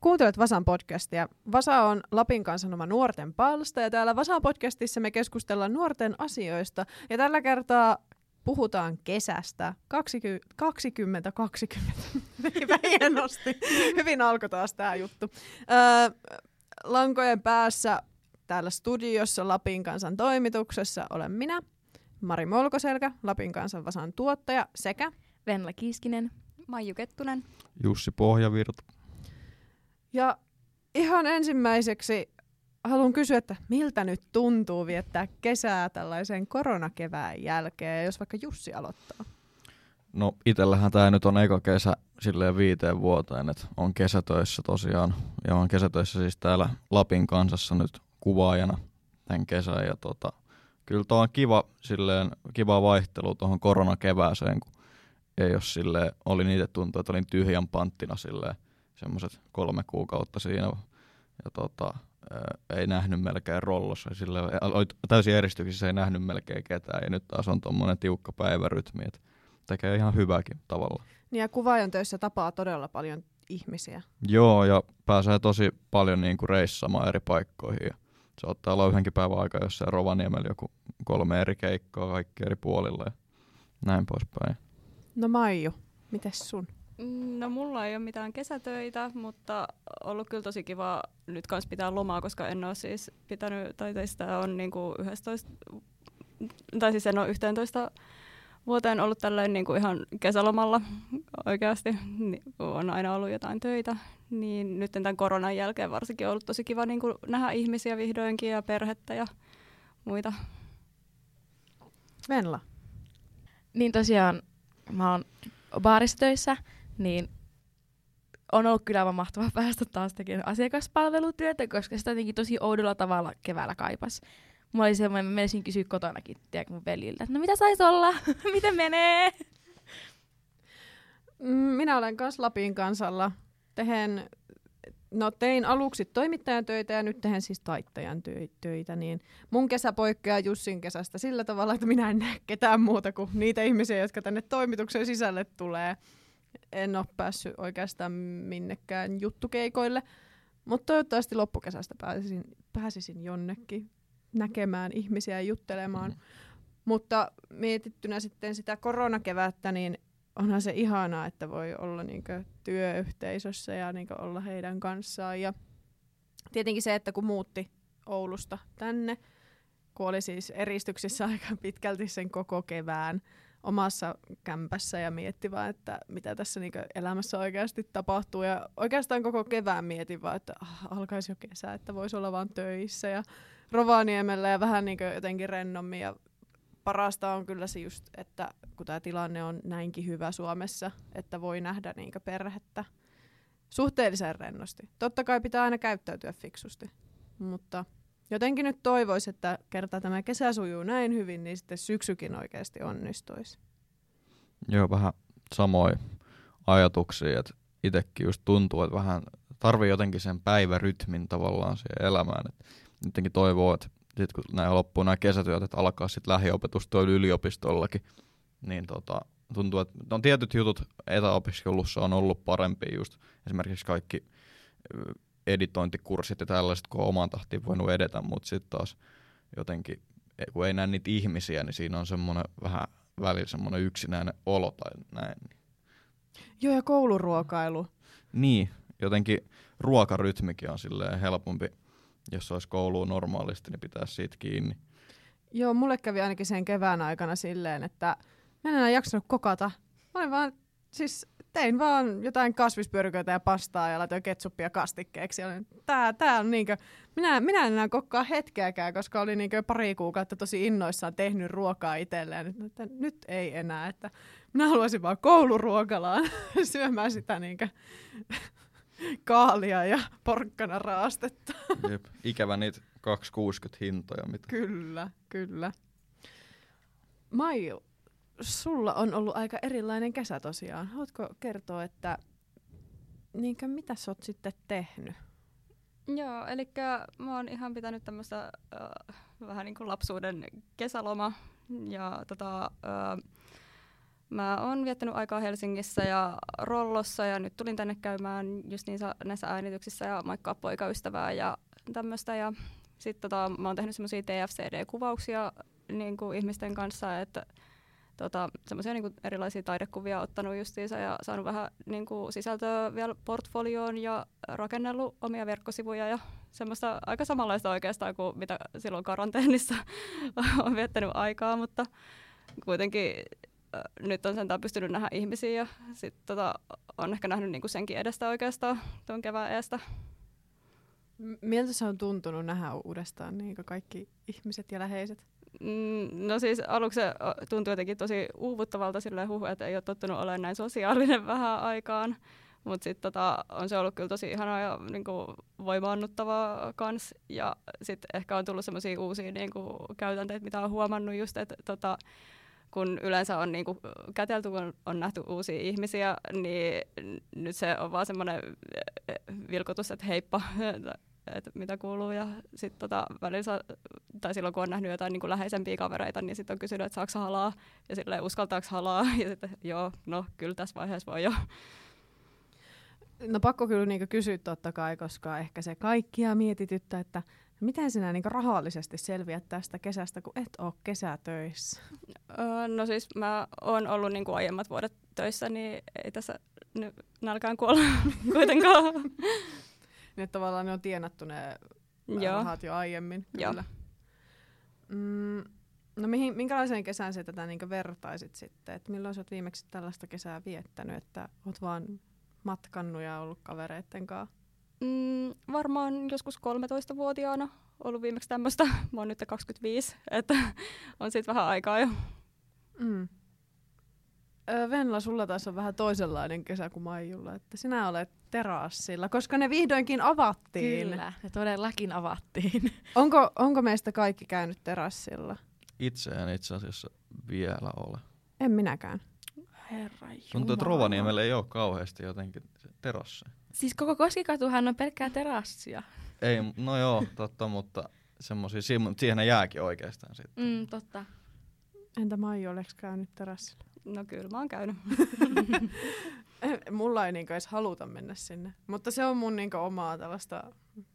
Kuuntelet Vasan podcastia. Vasa on Lapin kansanoma nuorten palsta ja täällä Vasan podcastissa me keskustellaan nuorten asioista. Ja tällä kertaa puhutaan kesästä 2020. Hienosti. Hyvin alkoi taas tää juttu. Lankojen päässä täällä studiossa Lapin kansan toimituksessa olen minä, Mari Molkoselkä, Lapin kansan Vasan tuottaja sekä Venla Kiiskinen, Maiju Kettunen, Jussi Pohjavirta. Ja ihan ensimmäiseksi haluan kysyä, että miltä nyt tuntuu viettää kesää tällaisen koronakevään jälkeen, jos vaikka Jussi aloittaa? No itsellähän tämä nyt on eka kesä silleen 5 vuoteen, että on kesätöissä tosiaan. Ja on kesätöissä siis täällä Lapin kansassa nyt kuvaajana tämän kesän. Ja kyllä tuo on kiva vaihtelu tuohon koronakevääseen, kun ei ole silleen, oli niitä tuntuu, että olin tyhjän panttina silleen semmoiset 3 kuukautta siinä. Ja ei nähnyt melkein rollossa. Silleen, oli täysin eristyksissä, ei nähnyt melkein ketään. Ja nyt taas on tommonen tiukka päivärytmi, että tekee ihan hyvääkin tavalla. Niin ja kuvaajan töissä tapaa todella paljon ihmisiä. Joo, ja pääsee tosi paljon niinku reissaamaan eri paikkoihin. Ja se ottaa olla yhdenkin päivän aika jossain Rovaniemellä joku 3 eri keikkaa kaikki eri puolilla ja näin poispäin. No Maiju, mites sun? No mulla ei ole mitään kesätöitä, mutta ollut kyllä tosi kiva nyt kans pitää lomaa, koska en ole siis pitänyt, tai teistä on niinku 11, tai siis en ole 11 vuoteen ollut tälleen niinku ihan kesälomalla oikeasti, on aina ollut jotain töitä, niin nyt tämän koronan jälkeen varsinkin on ollut tosi kiva niinku nähdä ihmisiä vihdoinkin ja perhettä ja muita. Venla? Niin tosiaan mä oon baarissa töissä, niin on ollut kyllä aivan mahtavaa päästä taas tekemään asiakaspalvelutyötä, koska sitä jotenkin tosi oudolla tavalla keväällä kaipas. Mulla oli semmoinen, mä menisin kysyä kotonakin mun veljiltä, että no mitä sais olla, miten menee? Minä olen kans Lapin kansalla. Tein aluksi toimittajan töitä ja nyt teen siis taittajan töitä, niin mun kesä poikkeaa Jussin kesästä sillä tavalla, että minä en näe ketään muuta kuin niitä ihmisiä, jotka tänne toimituksen sisälle tulee. En ole päässyt oikeastaan minnekään juttukeikoille, mutta toivottavasti loppukesästä pääsisin jonnekin näkemään ihmisiä ja juttelemaan. Mutta mietittynä sitten sitä koronakevättä, niin onhan se ihanaa, että voi olla niinkö työyhteisössä ja niinkö olla heidän kanssaan. Ja tietenkin se, että kun muutti Oulusta tänne, kun oli siis eristyksissä aika pitkälti sen koko kevään omassa kämpässä ja mietti vaan, että mitä tässä niinkö elämässä oikeasti tapahtuu. Ja oikeastaan koko kevään mietin vaan, että alkaisi jo kesä, että voisi olla vaan töissä ja Rovaniemellä ja vähän niinkö jotenkin rennommin. Ja parasta on kyllä se just, että kun tämä tilanne on näinkin hyvä Suomessa, että voi nähdä niinkö perhettä suhteellisen rennosti. Totta kai pitää aina käyttäytyä fiksusti, mutta jotenkin nyt toivoisi, että kerta tämä kesä sujuu näin hyvin, niin sitten syksykin oikeasti onnistuisi. Joo, vähän samoin ajatuksia, että itsekin just tuntuu, että vähän tarvii jotenkin sen päivärytmin tavallaan siihen elämään. Et jotenkin toivoo, että sit kun loppuu nämä kesätyöt, että alkaa sitten lähiopetustyö yliopistollakin, niin tuntuu, että on tietyt jutut etäopiskelussa on ollut parempia, just esimerkiksi kaikki editointikurssit ja tällaiset, kun on omaan tahtiin voinut edetä, mutta sitten taas jotenkin, kun ei näe niitä ihmisiä, niin siinä on semmoinen vähän välillä semmoinen yksinäinen olo tai näin. Joo, ja kouluruokailu. Niin, jotenkin ruokarytmikin on silleen helpompi. Jos olisi kouluun normaalisti, niin pitäisi siitä kiinni. Joo, mulle kävi ainakin sen kevään aikana silleen, että mä en enää jaksanut kokata. Mä olin vaan, siis tein vaan jotain kasvispyöryköitä ja pastaa ja laitoin ketsuppia kastikkeeksi. Tää on niinkö, minä en enää kokkaa hetkeäkään, koska olin niinkö 2 kuukautta tosi innoissaan tehnyt ruokaa itselleen. Nyt ei enää, että minä haluaisin vaan kouluruokalaan syömään sitä niinkö kaalia ja porkkana raastetta. Jep, ikävä niitä 2,60 hintoja. Mitä. Kyllä. Maiju, sulla on ollut aika erilainen kesä tosiaan. Haluatko kertoa, että mitä sä oot sitten tehnyt? Joo, eli mä oon ihan pitänyt tämmöistä vähän niin kuin lapsuuden kesäloma. Ja Mä oon viettänyt aikaa Helsingissä ja Rollossa ja nyt tulin tänne käymään just näissä äänityksissä ja moikkaa poikaystävää ja tämmöistä. Ja sitten mä oon tehnyt semmosia TFCD-kuvauksia niin kuin ihmisten kanssa, että semmoisia niin kuin erilaisia taidekuvia ottanut justiinsa ja saanut vähän niin kuin sisältöä vielä portfolioon ja rakennellut omia verkkosivuja ja semmoista aika samanlaista oikeastaan kuin mitä silloin karanteenissa on viettänyt aikaa, mutta kuitenkin nyt on sentään pystynyt nähdä ihmisiä ja sit on ehkä nähnyt niinku senkin edestä oikeastaan tuon kevään eestä. Miltä se on tuntunut nähdä uudestaan niin kaikki ihmiset ja läheiset? No siis aluksi se tuntui jotenkin tosi uuvuttavalta silleen että ei ole tottunut olemaan näin sosiaalinen vähän aikaan. Mutta sitten on se ollut kyllä tosi ihanaa ja niinku voimaannuttavaa kans. Ja sitten ehkä on tullut semmoisia uusia niinku käytänteitä, mitä on huomannut just, että kun yleensä on niinku kätelty, kun on nähty uusia ihmisiä, niin nyt se on vaan semmoinen vilkutus, että heippa, että mitä kuuluu. Ja sitten välillä tai silloin kun on nähnyt jotain niinku läheisempiä kavereita, niin sitten on kysynyt, että saako halaa ja silleen uskaltaako halaa. Ja sitten joo, no kyllä tässä vaiheessa voi jo. No pakko kyllä niinku kysyä totta kai, koska ehkä se kaikkia mietityttää, että miten sinä niinku rahallisesti selviät tästä kesästä, kun et ole kesätöissä? No siis mä oon ollut niinku aiemmat vuodet töissä, niin ei tässä nyt nälkään kuolla kuitenkaan. Niin tavallaan ne on tienattu ne rahat jo aiemmin. Joo. Kyllä. No minkälaiseen kesään sä tätä niinku vertaisit sitten? Et milloin sä oot viimeksi tällaista kesää viettänyt, että oot vaan matkannut ja ollut kavereitten kanssa? Varmaan joskus 13-vuotiaana ollut viimeksi tämmöistä. Mä oon nyt 25, että on siitä vähän aikaa jo. Venla, sulla taas on vähän toisenlainen kesä kuin Maijulla, että sinä olet terassilla, koska ne vihdoinkin avattiin. Kyllä, ne todellakin avattiin. Onko meistä kaikki käynyt terassilla? Itse en itse asiassa vielä ole. En minäkään. Herra Jumala. Tuntuu, että Rovaniemellä ei ole kauheasti jotenkin terasseja. Siis koko Koskikatuhan on pelkkää terassia. Ei, no joo, totta, mutta semmosia, siihen jääkin oikeastaan sitten. Totta. Entä Maiju, oleks käynyt terassilla? No kyllä mä oon käynyt. Mulla ei niinku edes haluta mennä sinne, mutta se on mun niinku omaa tällaista,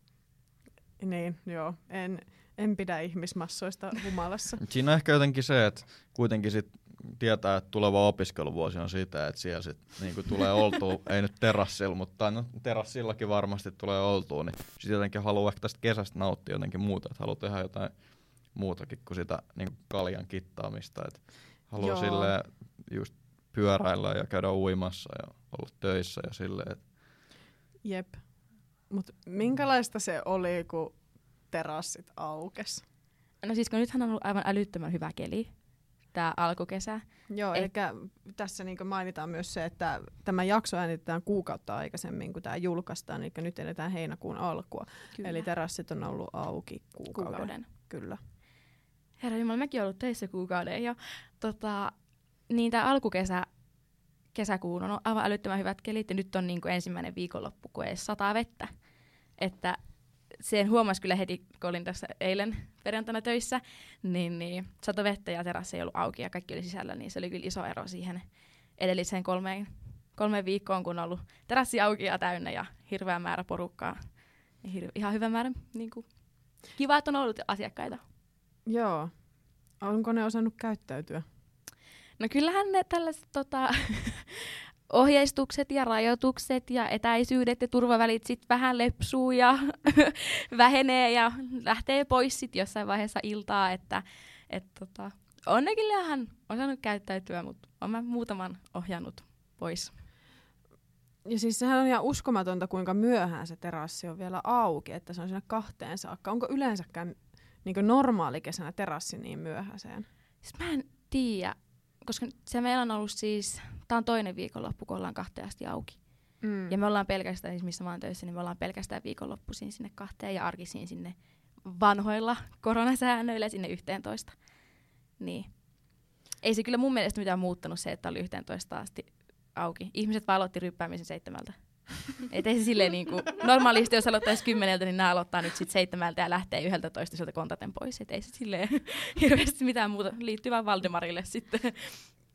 niin joo, en pidä ihmismassoista humalassa. Siinä on ehkä jotenkin se, että kuitenkin sit tietää, että tuleva opiskeluvuosi on sitä, että siellä sit niinku tulee oltua, ei nyt terassilla, mutta no, terassillakin varmasti tulee oltua, niin sit jotenkin haluaa ehkä tästä kesästä nauttia jotenkin muuta, että haluaa tehdä jotain muutakin kuin sitä niinku kaljan kittaamista, että haluaa silleen just pyöräillä ja käydä uimassa ja olla töissä ja silleen. Jep. Mut minkälaista se oli, kun terassit aukes? No siis kun nythän on ollut aivan älyttömän hyvä keli, tää alkukesä. Joo, eli tässä niin mainitaan myös se, että tämä jakso äänitetään kuukautta aikaisemmin, kun tämä julkaistaan, eli nyt eletään heinäkuun alkua. Kyllä. Eli terassit on ollut auki kuukauden. Kyllä. Herra Jumala, mäkin olen ollut töissä kuukauden jo. Niin tämä kesäkuun on aivan älyttömän hyvät kelit, ja nyt on niin kuin ensimmäinen viikonloppu, kun ei sataa vettä. Että sen huomasi kyllä heti, kun olin tässä eilen perjantaina töissä, niin sato vettä ja terassi ei ollut auki ja kaikki oli sisällä, niin se oli kyllä iso ero siihen edelliseen kolmeen viikkoon, kun on ollut terassi auki ja täynnä ja hirveä määrä porukkaa. Ja ihan hyvä määrä, niin kuin, kiva, että on ollut asiakkaita. Joo. Onko ne osannut käyttäytyä? No kyllähän ne tällaiset ohjeistukset ja rajoitukset ja etäisyydet ja turvavälit sit vähän lepsuu ja vähenee ja lähtee pois sit jossain vaiheessa iltaa, että on ne kyllähän osannut käyttäytyä, mutta olen mä muutaman ohjannut pois. Ja siis sehän on ihan uskomatonta, kuinka myöhään se terassi on vielä auki, että se on siinä 2 saakka. Onko yleensäkään niin normaalikesänä terassi niin myöhäiseen? Siis mä en tiedä, koska se meillä on ollut siis, tää on toinen viikonloppu, kun ollaan 2 asti auki. Ja me ollaan pelkästään, siis missä mä oon töissä, niin me ollaan pelkästään viikonloppuisin sinne 2 ja arkisiin sinne vanhoilla koronasäännöillä sinne 11. Niin. Ei se kyllä mun mielestä mitään muuttanut se, että oli 11 asti auki. Ihmiset vaan aloitti ryppäämisen 7. Et ei se silleen niinku, normaalisti jos aloittaisi 10, niin nämä aloittaa nyt sit 7 ja lähtee 11 sieltä kontaten pois. Et ei se silleen hirveästi mitään muuta, liittyy vaan Valdemarille sitten.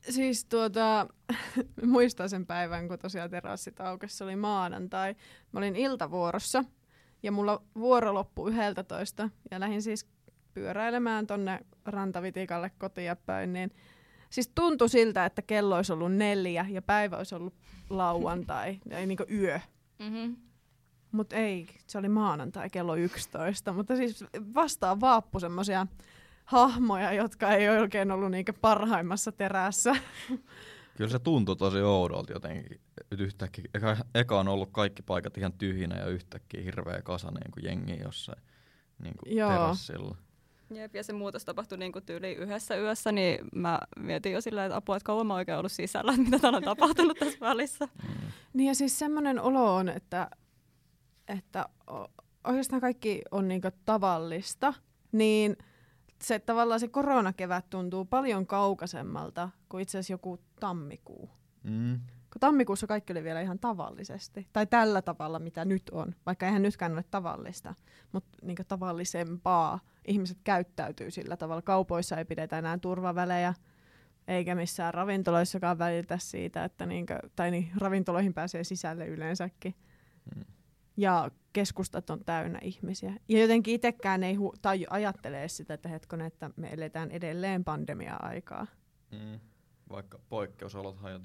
Siis muistan sen päivän, kun tosiaan terassit aukesi, se oli maanantai. Mä olin iltavuorossa ja mulla vuoro loppui 11 ja lähdin siis pyöräilemään tonne Rantavitikalle kotia päin, niin siis tuntui siltä, että kello olisi ollut 4 ja päivä olisi ollut lauantai, ei niinku yö. Mm-hmm. Mutta ei, se oli maanantai kello 11, mutta siis vastaan vaappu semmosia hahmoja, jotka ei oikein ollut niinku parhaimmassa terässä. Kyllä se tuntui tosi oudolta jotenkin. Yhtäkkiä, eka on ollut kaikki paikat ihan tyhjinä ja yhtäkkiä hirveä kasa niin kuin jengi jossain niin kuin terassilla. Jep, ja se muutos tapahtui niin kuin tyyliin yhdessä yössä, niin mä mietin jo sillä, että apua, että kauan mä oikein ollut sisällä, että mitä täällä on tapahtunut tässä välissä. Niin ja siis semmoinen olo on, että oikeastaan kaikki on niinku tavallista, niin se tavallaan se koronakevät tuntuu paljon kaukaisemmalta kuin itse asiassa joku tammikuu. Kun tammikuussa kaikki oli vielä ihan tavallisesti. Tai tällä tavalla, mitä nyt on. Vaikka eihän nytkään ole tavallista, mutta niinku tavallisempaa. Ihmiset käyttäytyy sillä tavalla. Kaupoissa ei pidetä enää turvavälejä, eikä missään ravintoloissakaan välitä siitä, että ravintoloihin pääsee sisälle yleensäkin. Ja keskustat on täynnä ihmisiä. Ja jotenkin itsekään ei ajattelee sitä, että hetkonen, että me eletään edelleen pandemia-aikaa. Vaikka poikkeusolothan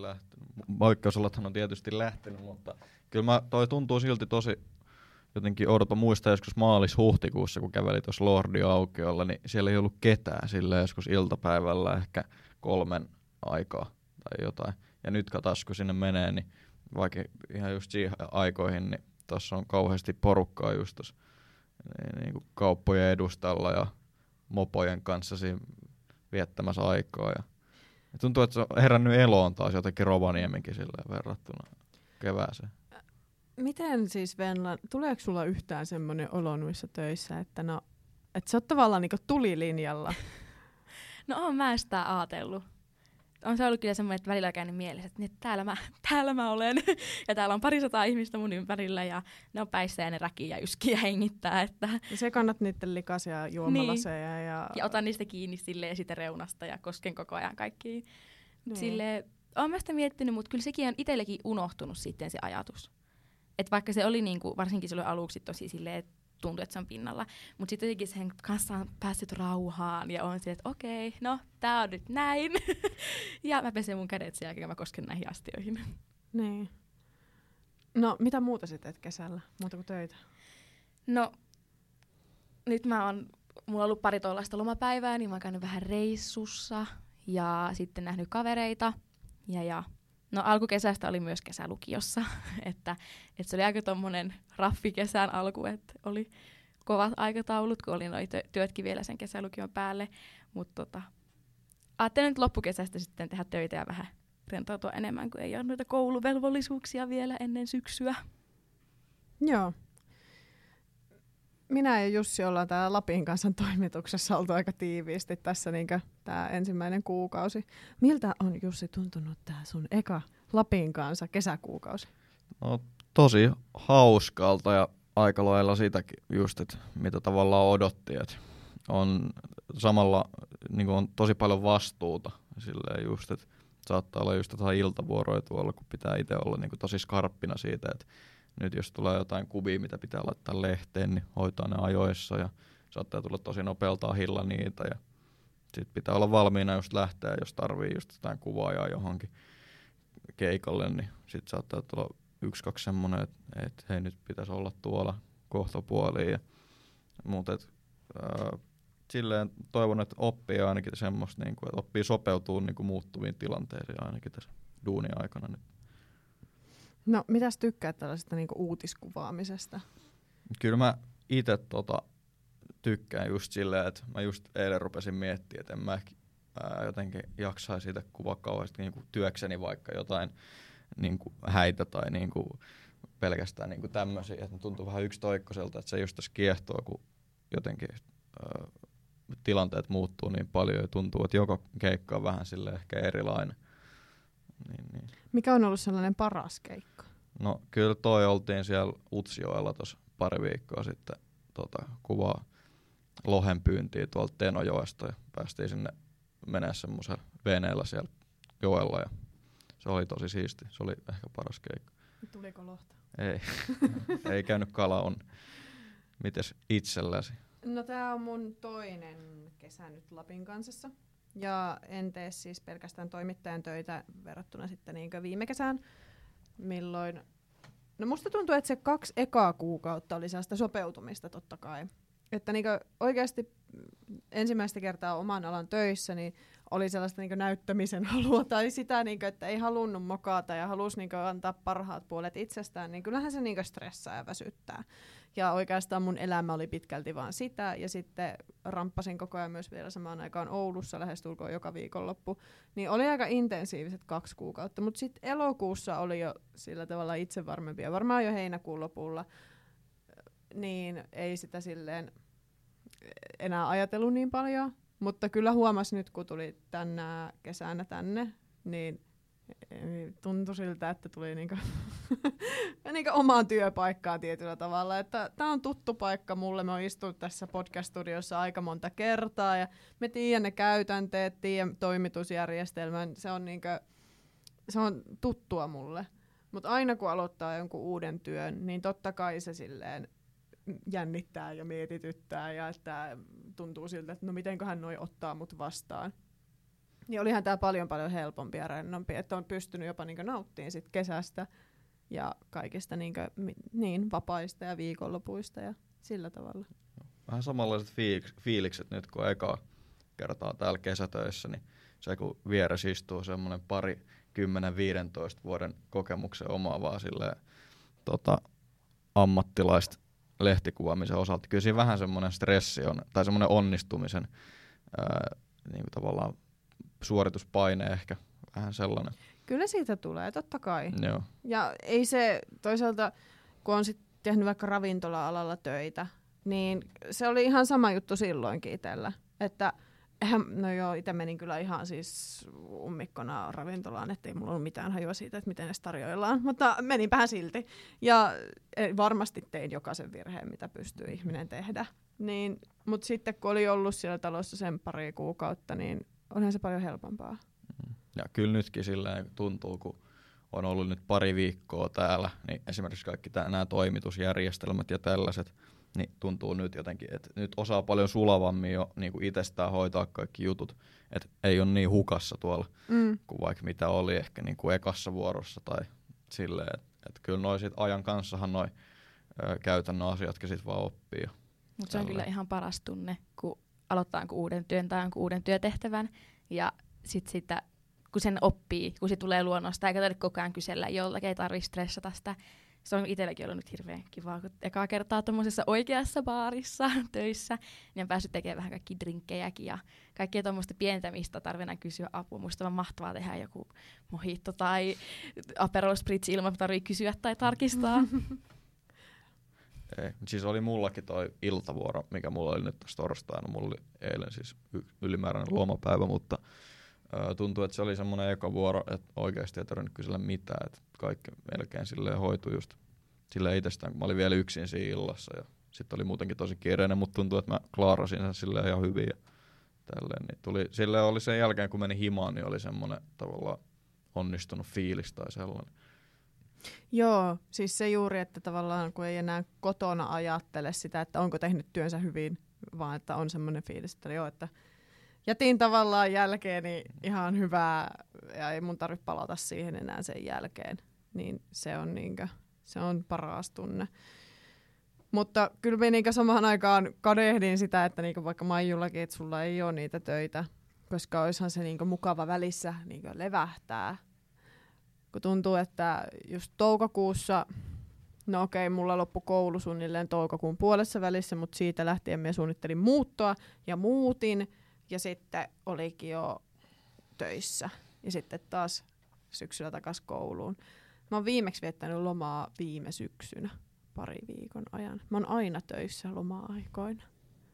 on tietysti lähtenyt, mutta kyllä toi tuntuu silti tosi jotenkin oudolta. Muistaa joskus maalis-huhtikuussa, kun käveli tuossa Lordin aukiolla, niin siellä ei ollut ketään sillä joskus iltapäivällä ehkä 3 aikaa tai jotain. Ja nyt katas, kun sinne menee, niin vaikka ihan just siihen aikoihin, niin tuossa on kauheasti porukkaa just tuossa niin kuin kauppojen edustalla ja mopojen kanssa siinä viettämässä aikaa. Ja tuntuu, että se on herännyt eloon taas jotenkin Rovaniemenkin silleen verrattuna kevääseen. Miten siis, Venla, tuleeko sulla yhtään semmoinen olo noissa töissä, että sä oot tavallaan niinku tulilinjalla? No oon mä sitä ajatellut. On se ollut kyllä semmoinen, että välillä on käynyt mielessä, että täällä mä olen. Ja täällä on 200 ihmistä mun ympärillä ja ne on päissä ja ne räkii ja yskii ja hengittää. Että ja se kannat niiden likaisia juomalaseja. Niin. Ja otan niistä kiinni silleen siitä reunasta ja kosken koko ajan kaikkiin. Niin. Silleen, oon mä sitä miettinyt, mutta kyllä sekin on itsellekin unohtunut sitten se ajatus. Että vaikka se oli niinku, varsinkin silloin aluksi tosi silleen, tuntui, että se on pinnalla. Mutta sitten jotenkin sen kanssa on päässyt rauhaan ja on silleen, että okei, no tää on nyt näin. Ja mä pesen mun kädet sen jälkeen, mä kosken näihin astioihin. Niin. No mitä muuta sä teet kesällä? Muuta kuin töitä? No nyt mulla on ollut pari tuollaista lomapäivää, niin mä oon käynyt vähän reissussa ja sitten nähnyt kavereita. No alkukesästä oli myös kesälukiossa, että se oli aika tommonen raffi kesän alku, että oli kovat aikataulut, kun oli noi työtkin vielä sen kesälukion päälle. Mutta ajattelin nyt loppukesästä sitten tehdä töitä ja vähän rentoutua enemmän, kun ei ole noita kouluvelvollisuuksia vielä ennen syksyä. Joo. Minä ja Jussi ollaan täällä Lapin kansan toimituksessa oltu aika tiiviisti tässä tämä ensimmäinen kuukausi. Miltä on, Jussi, tuntunut tämä sun eka Lapin kanssa kesäkuukausi? No, tosi hauskalta ja aika lailla sitäkin just, että mitä tavallaan odotti. Että on samalla niin on tosi paljon vastuuta silleen just, että saattaa olla just jotain iltavuoroja tuolla, kun pitää itse olla niin tosi skarppina siitä, että nyt jos tulee jotain kuvia, mitä pitää laittaa lehteen, niin hoitaa ne ajoissa ja saattaa tulla tosi nopealta ahilla niitä. Ja sitten pitää olla valmiina just lähteä, jos tarvii just jotain kuvaajaa johonkin keikalle, niin sitten saattaa tulla 1-2 semmoinen, että hei, nyt pitäisi olla tuolla kohtapuoliin. Mutta silleen toivon, että oppii ainakin semmoista, niin kuin, että oppii sopeutuu niin kuin muuttuviin tilanteisiin ainakin tässä duunin aikana nyt. No, mitäs tykkäät tällaisesta niinku uutiskuvaamisesta? Kyllä mä itse tykkään just silleen, että mä just eilen rupesin miettimään, että en mä jotenkin jaksaisi siitä kuvaa kauheasti niinku työkseni vaikka jotain niinku häitä tai niinku pelkästään niinku tämmöisiä, että ne tuntuu vähän yksitoikkoiselta, että se just tässä kiehtoo, kun jotenkin tilanteet muuttuu niin paljon ja tuntuu, että joka keikka on vähän silleen ehkä erilainen. Niin. Mikä on ollut sellainen paras keikka? No kyllä oltiin siellä Utsjoella tuossa pari viikkoa sitten kuvaa lohenpyyntiä tuolta Tenojoesta ja päästiin sinne menee semmoisella veneellä siellä joella ja se oli tosi siisti. Se oli ehkä paras keikka. Tuliko lohta? Ei, ei käynyt kala on. Mites itselläsi? No tää on mun toinen kesä nyt Lapin kansassa. Ja en tee siis pelkästään toimittajan töitä verrattuna sitten niinkö viime kesään, milloin... No musta tuntuu, että se 2 ekaa kuukautta oli sellaista sopeutumista totta kai. Että niinkö oikeasti ensimmäistä kertaa oman alan töissä niin oli sellaista niinkö näyttämisen halua tai sitä, niinkö, että ei halunnut mokata ja halusi niinkö antaa parhaat puolet itsestään, niin kyllähän se niinkö stressaa ja väsyttää. Ja oikeastaan mun elämä oli pitkälti vaan sitä, ja sitten ramppasin koko ajan myös vielä samaan aikaan Oulussa lähestulkoon joka viikonloppu. Niin oli aika intensiiviset 2 kuukautta, mutta sitten elokuussa oli jo sillä tavalla itsevarmempi, ja varmaan jo heinäkuun lopulla, niin ei sitä silleen enää ajatellut niin paljon. Mutta kyllä huomasi nyt, kun tuli tänä kesänä tänne, niin tuntui siltä, että tuli niinku omaan työpaikkaan tietyllä tavalla. Että tää on tuttu paikka mulle. Mä oon istunut tässä podcast-studiossa aika monta kertaa ja me tiedän ne käytänteet, tiedän toimitusjärjestelmän. Se on tuttua mulle. Mutta aina kun aloittaa jonkun uuden työn, niin totta kai se silleen jännittää ja mietityttää ja että tuntuu siltä, että no mitenköhän noi ottaa mut vastaan. Niin olihan tää paljon helpompi ja rennompi, että on pystynyt jopa niinku nauttimaan sit kesästä ja kaikista niin vapaista ja viikonlopuista ja sillä tavalla. Vähän samanlaiset fiilikset nyt kun ekaa kertaa täällä kesätöissä, niin se kun vieressä istuu semmoinen 10-15 vuoden kokemuksen omaavaa silleen, ammattilaista lehtikuvaamisen osalta. Kyllä siinä vähän semmoinen stressi on, tai semmoinen onnistumisen niin kuin tavallaan suorituspaine ehkä, vähän sellainen. Kyllä siitä tulee, totta kai. Joo. Ja ei se toisaalta, kun on sitten tehnyt vaikka ravintola-alalla töitä, niin se oli ihan sama juttu silloinkin itsellä. Että no joo, itse menin kyllä ihan siis ummikkona ravintolaan, ettei mulla ollut mitään hajua siitä, että miten edes tarjoillaan, mutta meninpähän silti. Ja varmasti tein jokaisen virheen, mitä pystyy ihminen tehdä. Niin, mutta sitten kun oli ollut siellä talossa sen 2 kuukautta, niin onhan se paljon helpompaa. Ja kyllä nytkin silleen tuntuu, kun on ollut nyt 2 viikkoa täällä, niin esimerkiksi kaikki nämä toimitusjärjestelmät ja tällaiset, niin tuntuu nyt jotenkin, että nyt osaa paljon sulavammin jo niin kuin itsestään hoitaa kaikki jutut. Että ei ole niin hukassa tuolla kuin vaikka mitä oli ehkä niin kuin ekassa vuorossa tai silleen. Että kyllä noi sit ajan kanssahan noi käytännön asiatkin sit vaan oppii. Mutta se on kyllä ihan paras tunne, kun aloittaa jonkun uuden työn tai jonkun uuden työtehtävän. Ja sitten sitä, kun sen oppii, kun se tulee luonnosta, eikä tarvitse koko ajan kysellä joltakin, ei tarvitse stressata sitä. Se on itselläkin ollut nyt hirveän kivaa, kun ekaa kertaa tuommoisessa oikeassa baarissa töissä, niin on päässyt tekemään vähän kaikki drinkkejäkin ja kaikkia tuommoista pientä, mistä tarvitaan kysyä apua. Musta on mahtavaa tehdä joku mojito tai Aperol Spritz ilman, tarvitsee kysyä tai tarkistaa. Ei. Siis oli mullakin toi iltavuoro, mikä mulla oli nyt tässä torstaina. Mulla oli eilen siis ylimääräinen lomapäivä, mutta tuntuu, että se oli semmoinen eka vuoro, että oikeasti ei tarvinnut kysellä mitään. Että kaikki melkein silleen hoitui just silleen itsestään, kun mä olin vielä yksin siinä illassa. Ja sitten oli muutenkin tosi kiireinen, mutta tuntuu, että mä klaarasin sen silleen ihan hyvin. Ja tälleen, niin tuli, silleen oli sen jälkeen, kun meni himaan, niin oli semmoinen tavallaan onnistunut fiilis tai sellainen. Joo, siis se juuri, että tavallaan kun ei enää kotona ajattele sitä, että onko tehnyt työnsä hyvin, vaan että on semmoinen fiilis, että joo, että jätin tavallaan jälkeeni ihan hyvää ja ei mun tarvitse palata siihen enää sen jälkeen, niin se on paras tunne. Mutta kyllä me samaan aikaan kadehdin sitä, että vaikka Maijullakin, että sulla ei ole niitä töitä, koska olisihan se mukava välissä levähtää. Kun tuntuu, että just toukokuussa, no okei, mulla loppui koulu suunnilleen toukokuun puolessa välissä, mutta siitä lähtien minä suunnittelin muuttoa ja muutin ja sitten olikin jo töissä ja sitten taas syksyllä takaisin kouluun. Mä oon viimeksi viettänyt lomaa viime syksynä 2 viikon ajan. Mä oon aina töissä loma-aikoina.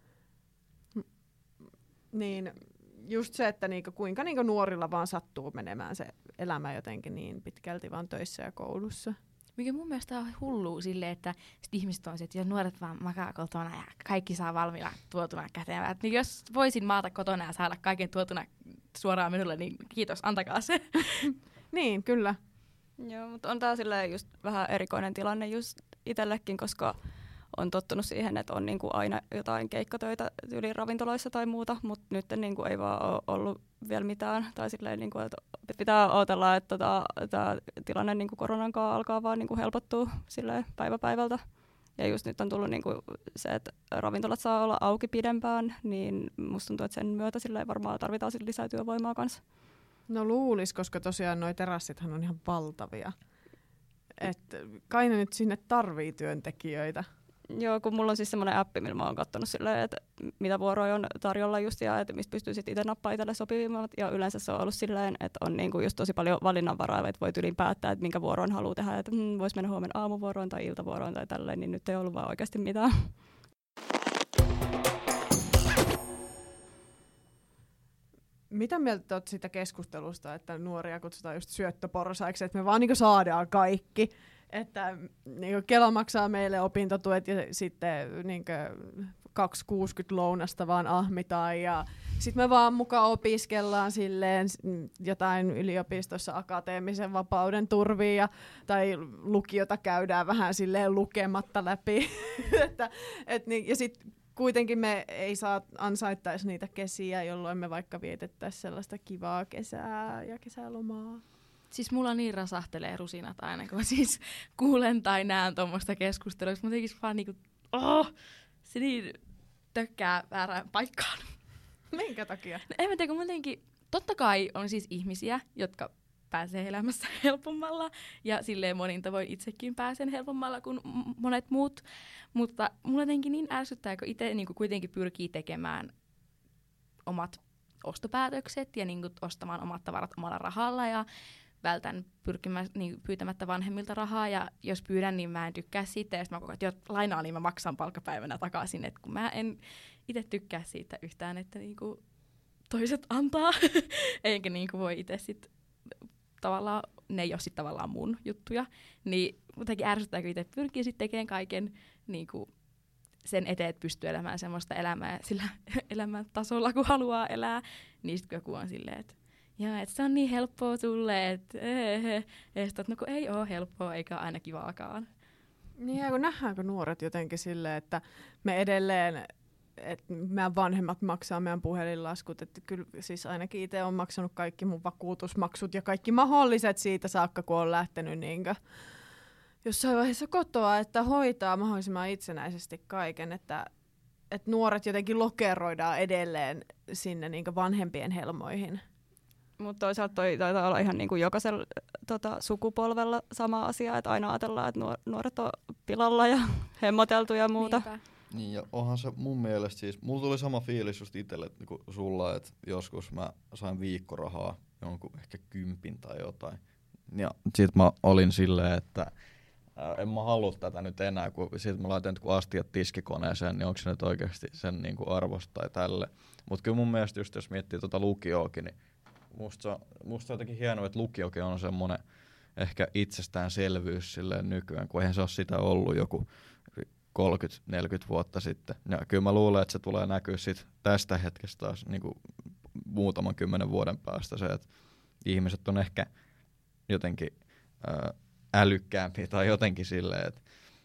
Niin just se, että kuinka nuorilla vaan sattuu menemään se elämä jotenkin niin pitkälti vaan töissä ja koulussa. Mikä mun mielestä on hullua silleen, että sit ihmiset on se, että jos nuoret vaan makaa kotona ja kaikki saa valmiina tuotuna käteen. Niin jos voisin maata kotona ja saada kaiken tuotuna suoraan minulle, niin kiitos, antakaa se. Niin, kyllä. Joo, mutta on tää silleen just vähän erikoinen tilanne just itsellekin, koska on tottunut siihen, että on niinku aina jotain keikkatöitä yli ravintoloissa tai muuta, mutta nyt niinku ei vaan ole ollut vielä mitään. Tai silleen, niinku, että pitää odotella, että tämä tilanne niinku koronan kanssa alkaa vaan niinku helpottua silleen päivä päivältä. Ja just nyt on tullut niinku se, että ravintolat saa olla auki pidempään, niin musta tuntuu, että sen myötä silleen varmaan tarvitaan sit lisää työvoimaa kanssa. No luulis, koska tosiaan noi terassithan on ihan valtavia. Et kai ne nyt sinne tarvii työntekijöitä. Joo, kun mulla on siis semmoinen appi, millä mä oon katsonut silleen, että mitä vuoroja on tarjolla just ja että mistä pystyy sitten itse nappaa itselle sopivimmat. Ja yleensä se on ollut silleen, että on niinku just tosi paljon valinnanvaraa, että voi yliin päättää, että minkä vuoron haluaa tehdä. Että vois mennä huomenna aamuvuoroon tai iltavuoroon tai tälleen, niin nyt ei ollut vaan oikeasti mitään. Mitä mieltä olet siitä keskustelusta, että nuoria kutsutaan just syöttöporsaiksi, että me vaan niinku saadaan kaikki? Että niinku Kela maksaa meille opintotuet ja sitten niinku 260 lounasta vaan ahmitaan ja sitten me vaan mukaan opiskellaan silleen jotain yliopistossa akateemisen vapauden turvia tai lukiota käydään vähän silleen lukematta läpi. Ja sitten kuitenkin me ei ansaittaisi niitä kesiä, jolloin me vaikka vietettäisiin sellaista kivaa kesää ja kesälomaa. Siis mulla niin rasahtelee rusinat aina, kun mä siis kuulen tai näen tuommoista keskustelua, mutta tekis vaan niinku, se niin tökkää väärään paikkaan. Minkä takia? No en mä tiedä, kun jotenkin, totta kai on siis ihmisiä, jotka pääsee elämässä helpommalla, ja silleen monin tavoin itsekin pääsen helpommalla kuin monet muut, mutta mulla jotenkin niin ärsyttää, kun itse niin kuitenkin pyrkii tekemään omat ostopäätökset ja niin ostamaan omat tavarat omalla rahalla ja vältän pyytämättä vanhemmilta rahaa, ja jos pyydän, niin mä en tykkää siitä, ja sitten mä koko ajan, että lainaa, niin mä maksan palkkapäivänä takaisin, että kun mä en itse tykkää siitä yhtään, että niinku toiset antaa, eikä niinku voi itse sitten tavallaan, ne ei ole sitten tavallaan mun juttuja, niin jotenkin ärsyttää, kun itse pyrkii sitten tekemään kaiken niinku sen eteen, että pystyy elämään semmoista elämää sillä elämän tasolla, kun haluaa elää, niin sitten joku on silleen, että joo, että se on niin helppoa sulle, että no kun ei ole helppoa eikä aina kivaakaan. Niin ja kun nähdäänkö nuoret jotenkin silleen, että me edelleen, että meidän vanhemmat maksaa meidän puhelinlaskut, että kyllä siis ainakin itse olen maksanut kaikki mun vakuutusmaksut ja kaikki mahdolliset siitä saakka, kun on lähtenyt niinkö jossain vaiheessa kotoa, että hoitaa mahdollisimman itsenäisesti kaiken, että nuoret jotenkin lokeroidaan edelleen sinne niinkö vanhempien helmoihin. Mutta toisaalta toi taitaa olla ihan niinku jokaisella sukupolvella sama asia, että aina ajatellaan, että nuoret on pilalla ja hemmoteltu ja muuta. Niinpä. Niin ja onhan se mun mielestä siis, mulla tuli sama fiilis just itselle kuin sulla, että joskus mä sain viikkorahaa jonkun ehkä 10 tai jotain. Ja sit mä olin silleen, että en mä halua tätä nyt enää, kun sit mä laitan kun astiat tiskikoneeseen, niin onko se nyt oikeasti sen niinku arvosta tai tälle. Mut kyllä mun mielestä just jos miettii lukioakin, niin musta se on jotenkin hienoa, että lukiokin on semmoinen ehkä itsestäänselvyys silleen nykyään, kun eihän se ole sitä ollut joku 30-40 vuotta sitten. Ja kyllä mä luulen, että se tulee näkyä sit tästä hetkestä taas niin kuin muutaman 10 vuoden päästä se, että ihmiset on ehkä jotenkin älykkäämpiä tai jotenkin silleen, että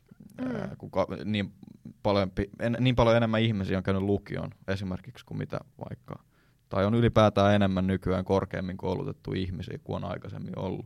niin paljon enemmän ihmisiä on käynyt lukion esimerkiksi kuin mitä vaikka, tai on ylipäätään enemmän nykyään korkeammin koulutettuja ihmisiä kuin on aikaisemmin ollut.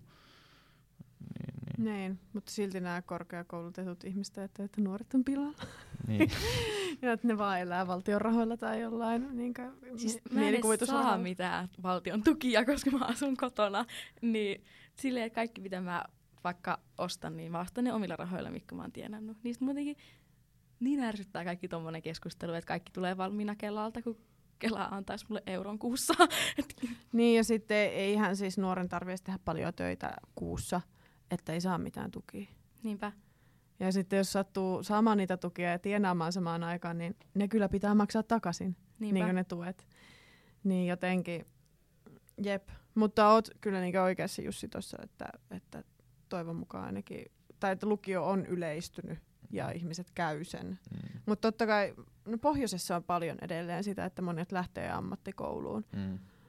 Niin, mutta silti nämä korkeakoulutetut ihmiset ajattelevat, että nuoret on pilalla. Niin. Ja että ne vaan elää valtion rahoilla tai jollain siis mä en saa mitään valtion tukia, koska mä asun kotona. Niin silleen, että kaikki mitä mä vaikka ostan, niin mä ostan ne omilla rahoilla, mitkä mä oon tienannut. Niistä muutenkin niin ärsyttää kaikki tommonen keskustelu, että kaikki tulee valmiina Kelalta, kun Kela antaisi mulle euron kuussa. Niin ja sitten eihän siis nuoren tarvitse tehdä paljon töitä kuussa, että ei saa mitään tukia. Niinpä. Ja sitten jos sattuu saamaan niitä tukia ja tienaamaan samaan aikaan, niin ne kyllä pitää maksaa takaisin, niin kuin ne tuet. Niin jotenkin, jep. Mutta oot kyllä niin oikeassa Jussi tuossa, että toivon mukaan ainakin, tai että lukio on yleistynyt ja ihmiset käy sen. Mutta totta kai, no pohjoisessa on paljon edelleen sitä, että monet lähtee ammattikouluun.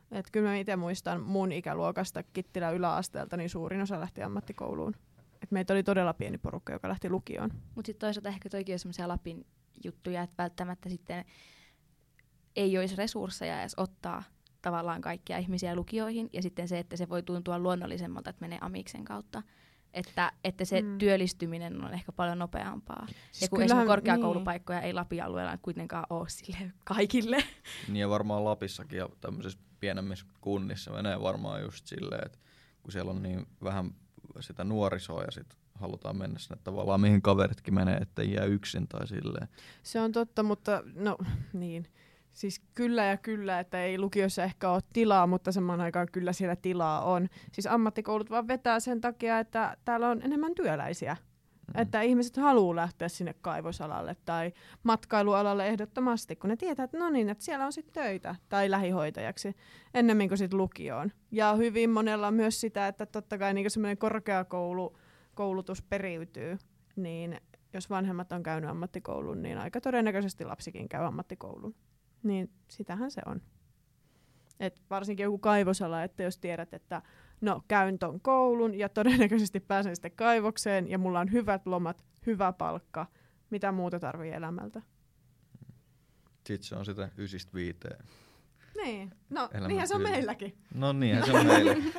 Et kyllä mä itse muistan mun ikäluokasta Kittilän yläasteelta, niin suurin osa lähti ammattikouluun. Et meitä oli todella pieni porukka, joka lähti lukioon. Mutta sitten toisaalta ehkä toikin on semmoisia Lapin juttuja, että välttämättä sitten ei olisi resursseja edes ottaa tavallaan kaikkia ihmisiä lukioihin. Ja sitten se, että se voi tuntua luonnollisemmalta, että menee amiksen kautta. Että se työllistyminen on ehkä paljon nopeampaa. Siis ja kun esimerkiksi korkeakoulupaikkoja ei Lapin alueella kuitenkaan ole sille kaikille. Niin ja varmaan Lapissakin ja tämmöisissä pienemmissä kunnissa menee varmaan just silleen, että kun siellä on niin vähän sitä nuorisoa ja sit halutaan mennä sinne tavallaan mihin kaveritkin menee, ettei jää yksin tai silleen. Se on totta, mutta no niin. Siis kyllä ja kyllä, että ei lukiossa ehkä ole tilaa, mutta samaan aikaan kyllä siellä tilaa on. Siis ammattikoulut vaan vetää sen takia, että täällä on enemmän työläisiä. Että ihmiset haluaa lähteä sinne kaivosalalle tai matkailualalle ehdottomasti, kun ne tietää, että no niin, että siellä on sitten töitä tai lähihoitajaksi ennemmin kuin sitten lukioon. Ja hyvin monella on myös sitä, että totta kai niin semmoinen korkeakoulutus periytyy, niin jos vanhemmat on käynyt ammattikoulun, niin aika todennäköisesti lapsikin käy ammattikoulun. Niin sitähän se on. Et varsinkin joku kaivosala, että jos tiedät, että no käyn ton koulun ja todennäköisesti pääsen sitten kaivokseen ja mulla on hyvät lomat, hyvä palkka, mitä muuta tarvii elämältä. Sitten se on sitä 9-5. Niin, no niinhän se on meilläkin. No niinhän se on meilläkin.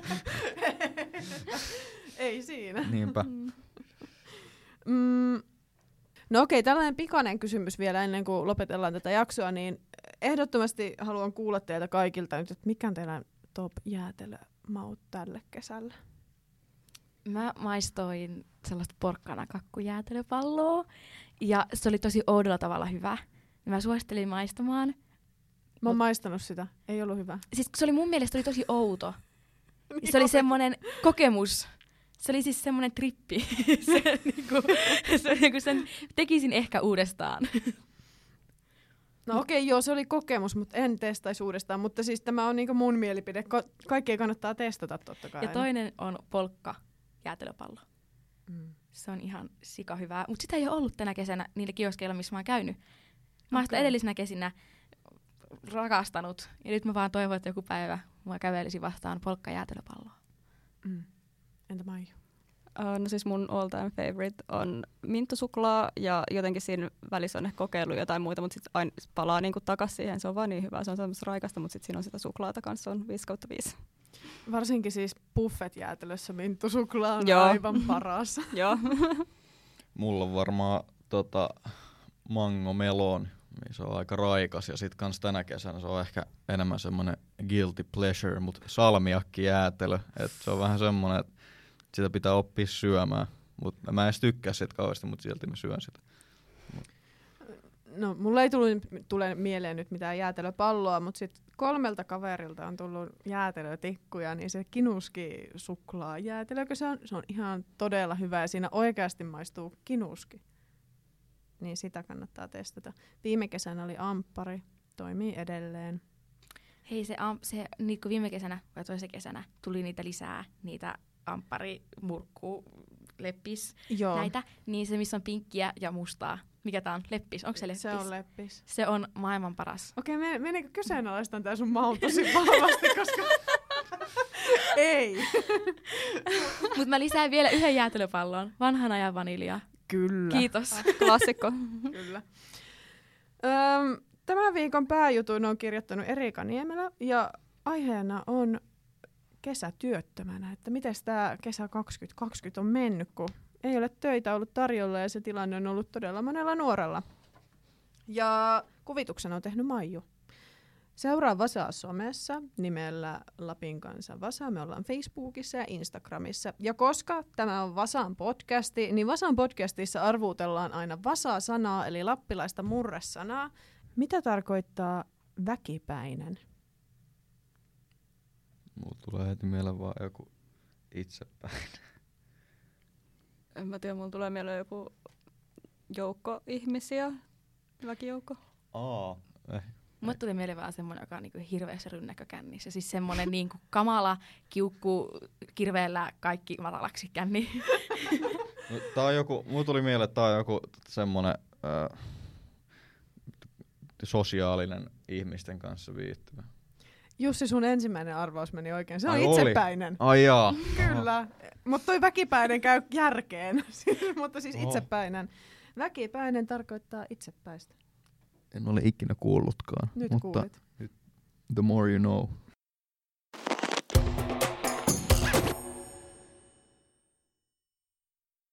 Ei siinä. Niinpä. No okei, tällainen pikainen kysymys vielä ennen kuin lopetellaan tätä jaksoa, niin ehdottomasti haluan kuulla teiltä kaikilta nyt, että mikä on teidän top jäätelömaut tälle kesällä? Mä maistoin sellaista porkkanakakkujäätelöpalloa ja se oli tosi oudolla tavalla hyvä. Mä suosittelin maistamaan. Mä oon maistanut sitä, ei ollut hyvä. Siis se oli mun mielestä oli tosi outo. Se oli semmoinen kokemus. Se oli siis semmoinen trippi. Sen tekisin ehkä uudestaan. No okei, joo, se oli kokemus, mutta en testaisi uudestaan. Mutta siis tämä on niinku mun mielipide. Kaikkea kannattaa testata totta kai. Ja toinen on polkka jäätelöpallo. Se on ihan sika hyvää. Mutta sitä ei ole ollut tänä kesänä niillä kioskeilla, missä mä oon käynyt. Mä oon sitä edellisenä kesinä rakastanut. Ja nyt mä vaan toivon, että joku päivä mä kävelisin vastaan polkka jäätelöpalloa. Entä Maiju? No siis mun all time favorite on minttusuklaa ja jotenkin siinä välissä on ehkä kokeillut jotain muuta, mutta sitten aina palaa niinku takas siihen. Se on vaan niin hyvä. Se on semmoista raikasta, mutta sitten siinä on sitä suklaata kanssa. Se on 5/5. Varsinkin siis buffet-jäätelössä minttusuklaa on aivan paras. Joo. Mulla on varmaan mango melon. Se on aika raikas ja sit kans tänä kesänä se on ehkä enemmän semmonen guilty pleasure, mutta salmiakkijäätelö. Et se on vähän semmonen, että sitä pitää oppia syömään. Mut mä en edes tykkää siitä kauheasti, mutta silti mä syön sitä. No mulla ei tule mieleen nyt mitään jäätelöpalloa, mutta sit 3 kaverilta on tullut jäätelötikkuja, niin se kinuski suklaa jäätelökö se on ihan todella hyvä ja siinä oikeasti maistuu kinuski. Niin sitä kannattaa testata. Viime kesänä oli amppari, toimii edelleen. Hei, niin kuin viime kesänä vai toisena kesänä tuli niitä lisää, niitä amppari, murkku, leppis, näitä. Niin se, missä on pinkkiä ja mustaa. Mikä tää on? Leppis. Onko se leppis? Se on leppis. Se on maailman paras. Okei, meneekö kyseenalaistaan tää sun maun tosi vahvasti, koska ei. Mut mä lisään vielä yhden jäätelöpallon. Vanhan ajan vaniljaa. Kyllä. Kiitos. Klassikko. Kyllä. Tämän viikon pääjutun on kirjoittanut Erika Niemelä ja aiheena on kesätyöttömänä, että miten tämä kesä 2020 on mennyt, kun ei ole töitä ollut tarjolla ja se tilanne on ollut todella monella nuorella. Ja kuvituksen on tehnyt Maiju. Seuraa Vasaa somessa nimellä Lapin kansan Vasa. Me ollaan Facebookissa ja Instagramissa. Ja koska tämä on Vasan podcasti, niin Vasan podcastissa arvuutellaan aina Vasa-sanaa, eli lappilaista murresanaa. Mitä tarkoittaa väkipäinen? Mulla tulee heti mieleen vaan joku itsepäin. En mä tiedä, mulla tulee mieleen joku joukko ihmisiä, väkijoukko. Mulle tuli mieleen vaan semmoinen, joka on niinku hirveässä rynnäkkökännissä. Siis semmoinen niinku kamala, kiukku, kirveellä kaikki matalaksi känni. No, tää on joku, mulle tuli mieleen, että tää on joku semmoinen sosiaalinen ihmisten kanssa viihtyvä. Jussi, sun ensimmäinen arvaus meni oikein. Se on Ai oli. itsepäinen. Ai jaa. Kyllä. Mutta toi väkipäinen käy järkeen. Mutta siis Oho. itsepäinen. Väkipäinen tarkoittaa itsepäistä. En ole ikinä kuullutkaan. Nyt mutta kuulit. the more you know.